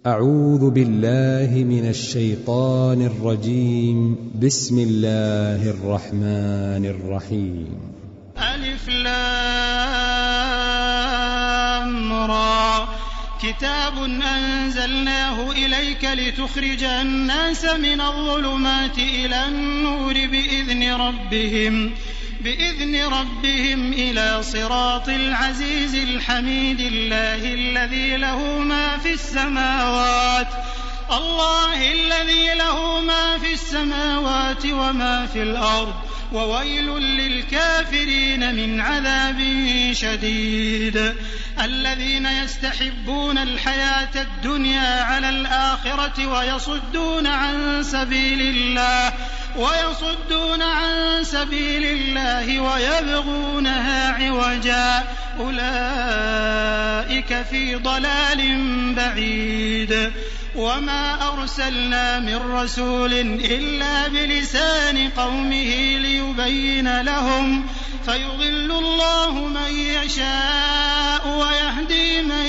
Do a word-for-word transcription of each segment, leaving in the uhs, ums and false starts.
أعوذ بالله من الشيطان الرجيم. بسم الله الرحمن الرحيم. ألف لام را كتاب أنزلناه إليك لتخرج الناس من الظلمات إلى النور بإذن ربهم بإذن ربهم إلى صراط العزيز الحميد الله الذي له ما في السماوات الله الذي له ما في السماوات وما في الأرض وويل للكافرين من عذاب شديد. الذين يستحبون الحياة الدنيا على الآخرة ويصدون عن سبيل الله ويصدون عن سبيل الله ويبغونها عوجا أولئك في ضلال بعيد. وما أرسلنا من رسول إلا بلسان قومه ليبين لهم فيضل الله من يشاء ويهدي من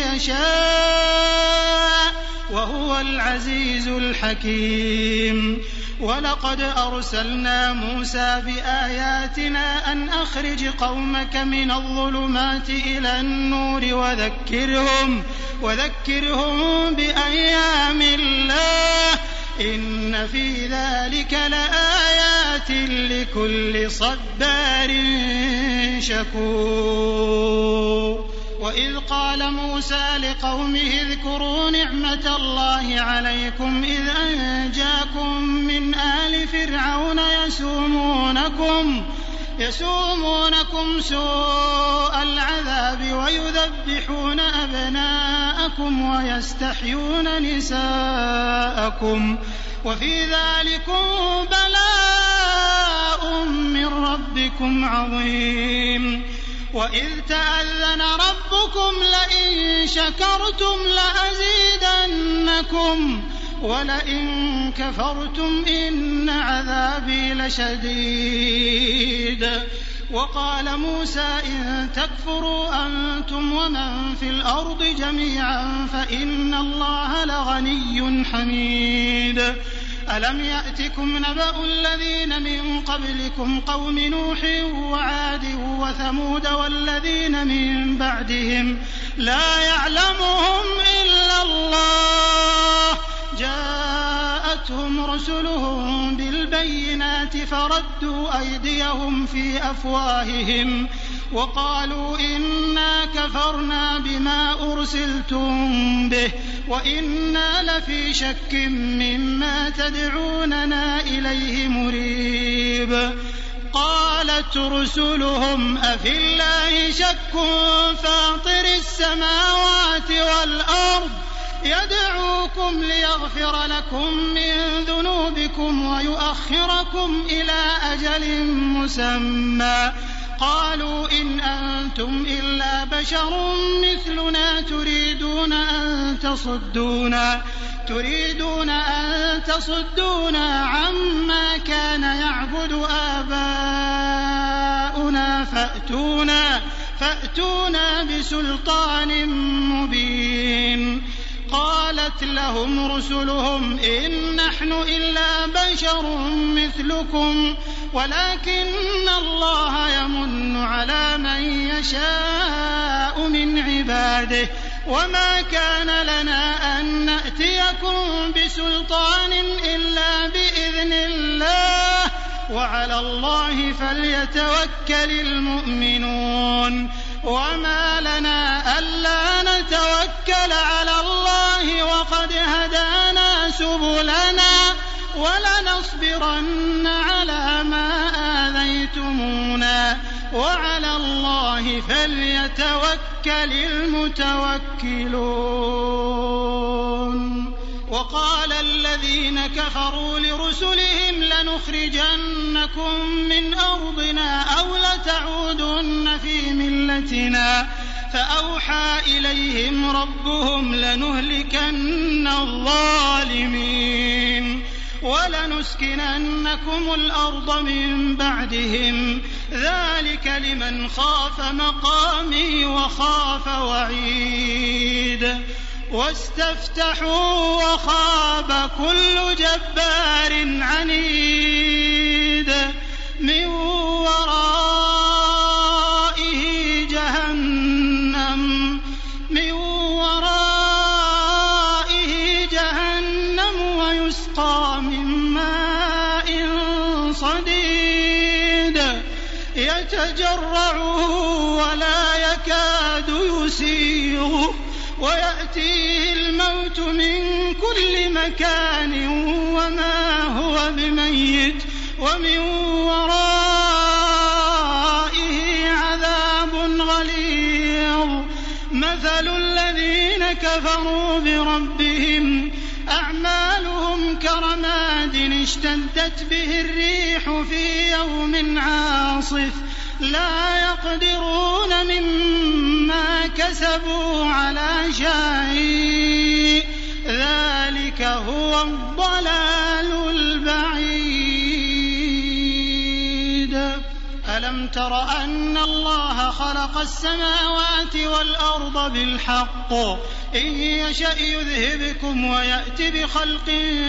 يشاء وهو العزيز الحكيم. ولقد أرسلنا موسى بآياتنا أن أخرج قومك من الظلمات إلى النور وذكرهم وذكرهم بأيام الله إن في ذلك لآيات لكل صبار شكور. وإذ قال موسى لقومه اذكروا نعمة الله عليكم إذ أنجاكم من آل فرعون يسومونكم يسومونكم سوء العذاب ويذبحون أبناءكم ويستحيون نساءكم وفي ذلكم بلاء من ربكم عظيم. وإذ تأذن ربكم لئن شكرتم لأزيدنكم ولئن كفرتم إن عذابي لشديد. وقال موسى إن تكفروا أنتم ومن في الأرض جميعا فإن الله لغني حميد. ألم يأتكم نبأ الذين من قبلكم قوم نوح وعاد وثمود والذين من بعدهم لا يعلمهم إلا الله جاءتهم رسلهم بالبينات فردوا أيديهم في أفواههم وقالوا إنا كفرنا بما أرسلتم به وإنا لفي شك مما تدعوننا إليه مريب. قالت رسلهم أفي الله شك فاطر السماوات والأرض يدعوكم ليغفر لكم من ذنوبكم ويؤخركم إلى أجل مسمى قالوا إن أنتم إلا بشر مثلنا تريدون أن تصدونا تريدون أن تصدونا عما كان يعبد آباؤنا فأتونا فأتونا بسلطان مبين. قالت لهم رسلهم إن نحن إلا بشر مثلكم ولكن الله يمن على من يشاء من عباده وما كان لنا أن نأتيكم بسلطان إلا بإذن الله وعلى الله فليتوكل المؤمنون. وما لنا ألا نتوكل على الله وقد هدانا سبلنا ولنصبرن على ما آذيتمونا وعلى الله فليتوكل المتوكلون. وقال الذين كفروا لرسلهم لنخرجنكم من أرضنا أو لتعودن في ملتنا فأوحى إليهم ربهم لنهلكن الظالمين ولنسكننكم الأرض من بعدهم ذلك لمن خاف مقامي وخاف وعيد. واستفتحوا وخاب كل جبار عنيد من ورائه جهنم من ورائه جهنم ويسقى من ماء صديد يتجرعه ولا يكاد يسيغه ويأتيه الموت من كل مكان وما هو بميت ومن ورائه عذاب غليظ مثل الذين كفروا بربهم أعمالهم كرماد اشتدت به الريح في يوم عاصف لا يقدرون مما كسبوا على شيء ذلك هو الضلال البعيد. ألم تر أن الله خلق السماوات والأرض بالحق إن يشأ يذهبكم ويأت بخلق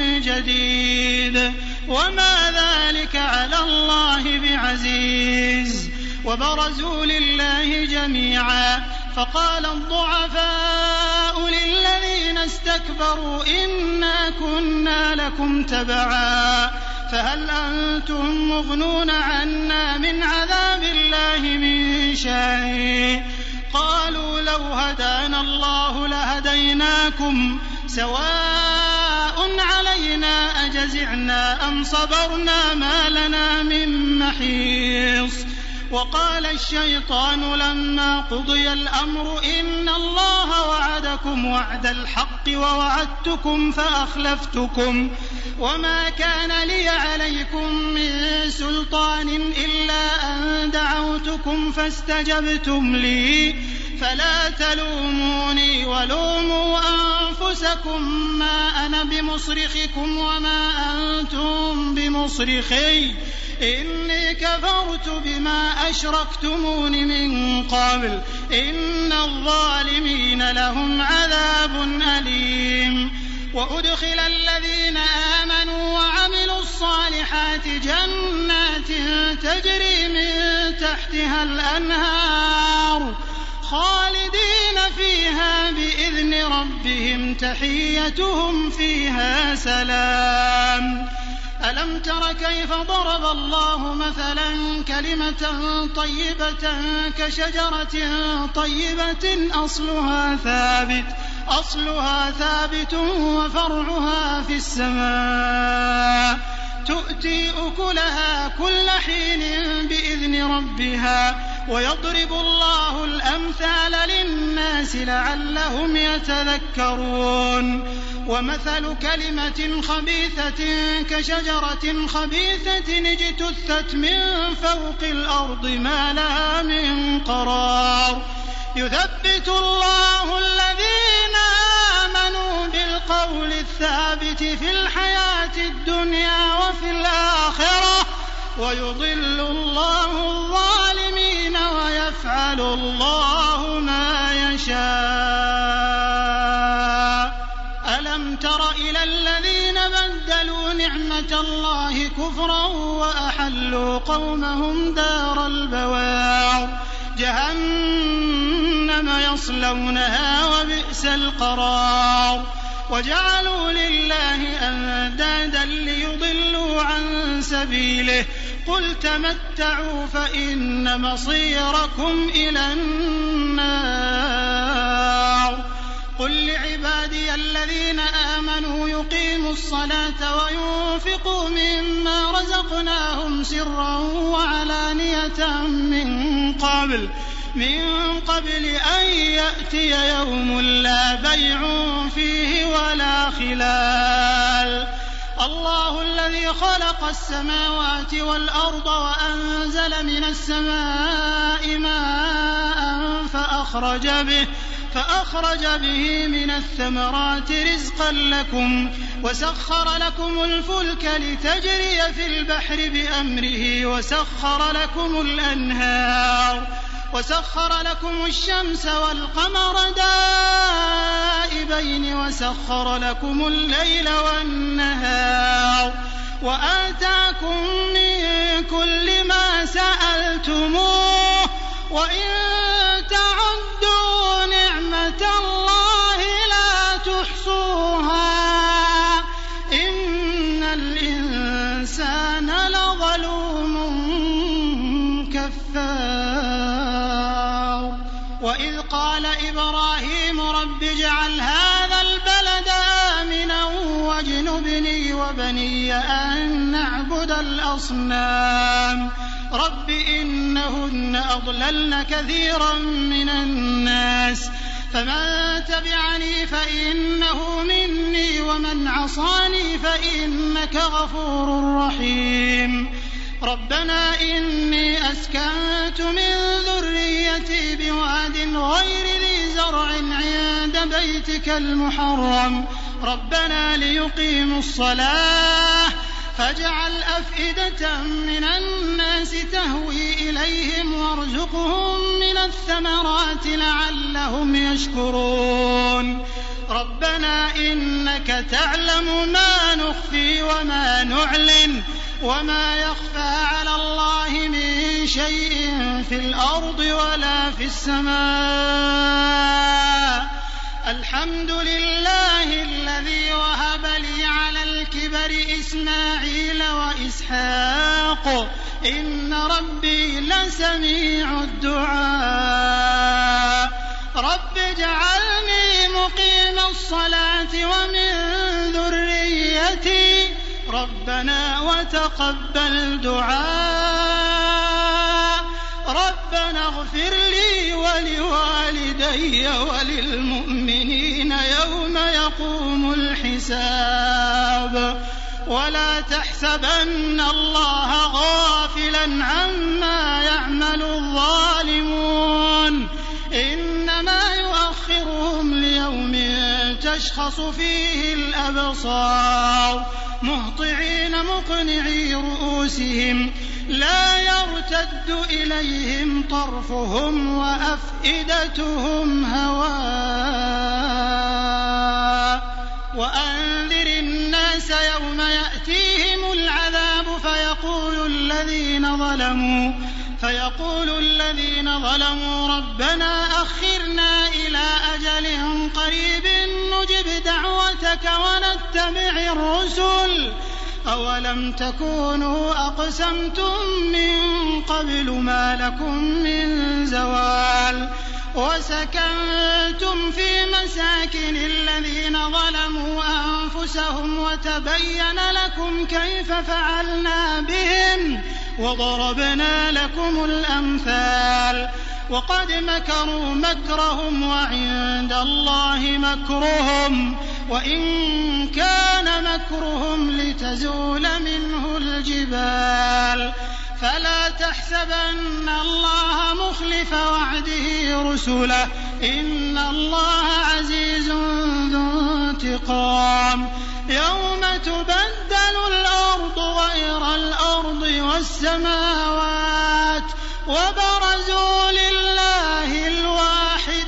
جديد وما ذلك على الله بعزيز. وبرزوا لله جميعا فقال الضعفاء للذين استكبروا إنا كنا لكم تبعا فهل أنتم مغنون عنا من عذاب الله من شيء قالوا لو هدانا الله لهديناكم سواء علينا أجزعنا أم صبرنا ما لنا من محيص. وقال الشيطان لما قضي الأمر إن الله وعدكم وعد الحق ووعدتكم فأخلفتكم وما كان لي عليكم من سلطان إلا أن دعوتكم فاستجبتم لي فلا تلوموني ولوموا أنفسكم ما أنا بمصرخكم وما أنتم بمصرخي إني كفرت بما أشركتمون من قبل إن الظالمين لهم عذاب أليم. وأدخل الذين آمنوا وعملوا الصالحات جنات تجري من تحتها الأنهار خالدين فيها بإذن ربهم تحيتهم فيها سلام. ألم تر كيف ضرب الله مثلا كلمة طيبة كشجرة طيبة أصلها ثابت أصلها ثابت وفرعها في السماء تؤتي أكلها كل حين بإذن ربها ويضرب الله الأمثال للناس لعلهم يتذكرون. ومثل كلمة خبيثة كشجرة خبيثة اجتثت من فوق الأرض ما لها من قرار يثبت الله الذين آمنوا بالقول الثابت في الحياة الدنيا وفي الآخرة ويضل الله الظالمين ويفعل الله ما يشاء. ألم تر إلى الذين بدلوا نعمة الله كفرا وأحلوا قومهم دار البوار جهنم يصلونها وبئس القرار وجعلوا لله أندادا ليضلوا عن سبيله قل تمتعوا فإن مصيركم إلى النار. قل لعبادي الذين آمنوا يقيموا الصلاة وينفقوا مما رزقناهم سرا وعلانية من قبل من قبل أن يأتي يوم لا بيع فيه ولا خلال. الله الذي خلق السماوات والأرض وأنزل من السماء ماء فأخرج به فأخرج به من الثمرات رزقا لكم وسخر لكم الفلك لتجري في البحر بأمره وسخر لكم الأنهار وسخر لكم الشمس والقمر دائبين وسخر لكم الليل والنهار وآتاكم من كل ما سألتموه وإن تعدوا نعمة الله لا تحصوها إن الإنسان لظلوم كفار. وإذ قال إبراهيم رب اجعل هذا البلد آمنا واجنبني وبني أن نعبد الأصنام رب إنهن أضللن كثيرا من الناس فمن تبعني فإنه مني ومن عصاني فإنك غفور رحيم. ربنا إني أسكنت من ذريتي بواد غير ذي زرع عند بيتك المحرم ربنا ليقيموا الصلاة فاجعل أفئدة من الناس تهوي إليهم وارزقهم من الثمرات لعلهم يشكرون. ربنا إنك تعلم ما نخفي وما نعلن وما يخفى على الله من شيء في الأرض ولا في السماء. الحمد لله الذي وهب لي على الكبر إسماعيل وإسحاق إن ربي لسميع الدعاء. رب اجعلني مقيم الصلاة ومن ذريتي ربنا وتقبل دعاء. ربنا اغفر لي ولوالدي وللمؤمنين يوم يقوم الحساب. ولا تحسبن الله غافلا عما يعمل الظالمون إنما يؤخرهم ليوم تشخص فيه الأبصار مهطعين مقنعي رؤوسهم لا يرتد إليهم طرفهم وأفئدتهم هواء. وأنذر الناس يوم يأتيهم العذاب فيقول الذين ظلموا فيقول الذين ظلموا ربنا أخرنا إلى أجل قريب نجب دعوتك ونتبع الرسل أولم تكونوا أقسمتم من قبل ما لكم من زوال وسكنتم في مساكن الذين ظلموا أنفسهم وتبين لكم كيف فعلنا بهم وضربنا لكم الأمثال. وقد مكروا مكرهم وعند الله مكرهم وإن كان مكرهم لتزول منه الجبال. فلا تحسبن الله مخلف وعده رسله إن الله عزيز ذو انتقام. يوم تبدل الأرض غير الأرض والسماوات وبرزوا لله الواحد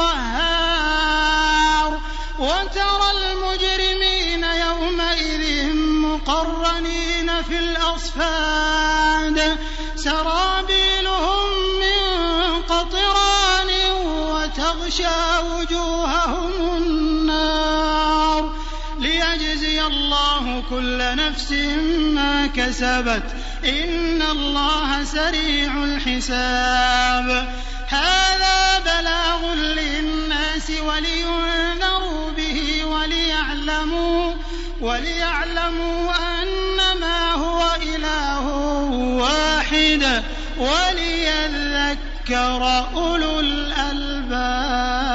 القهار وترى المجرمين يومئذ مقرنين في الأصفاد سرابيلهم من قطران وتغشى وجوههم النار ليجزي الله كل نفس ما كسبت إن الله سريع الحساب. هذا بلاغ للناس ولينذروا به وليعلموا وليعلموا أنما هو إله واحد وليذكر أولو الألباب.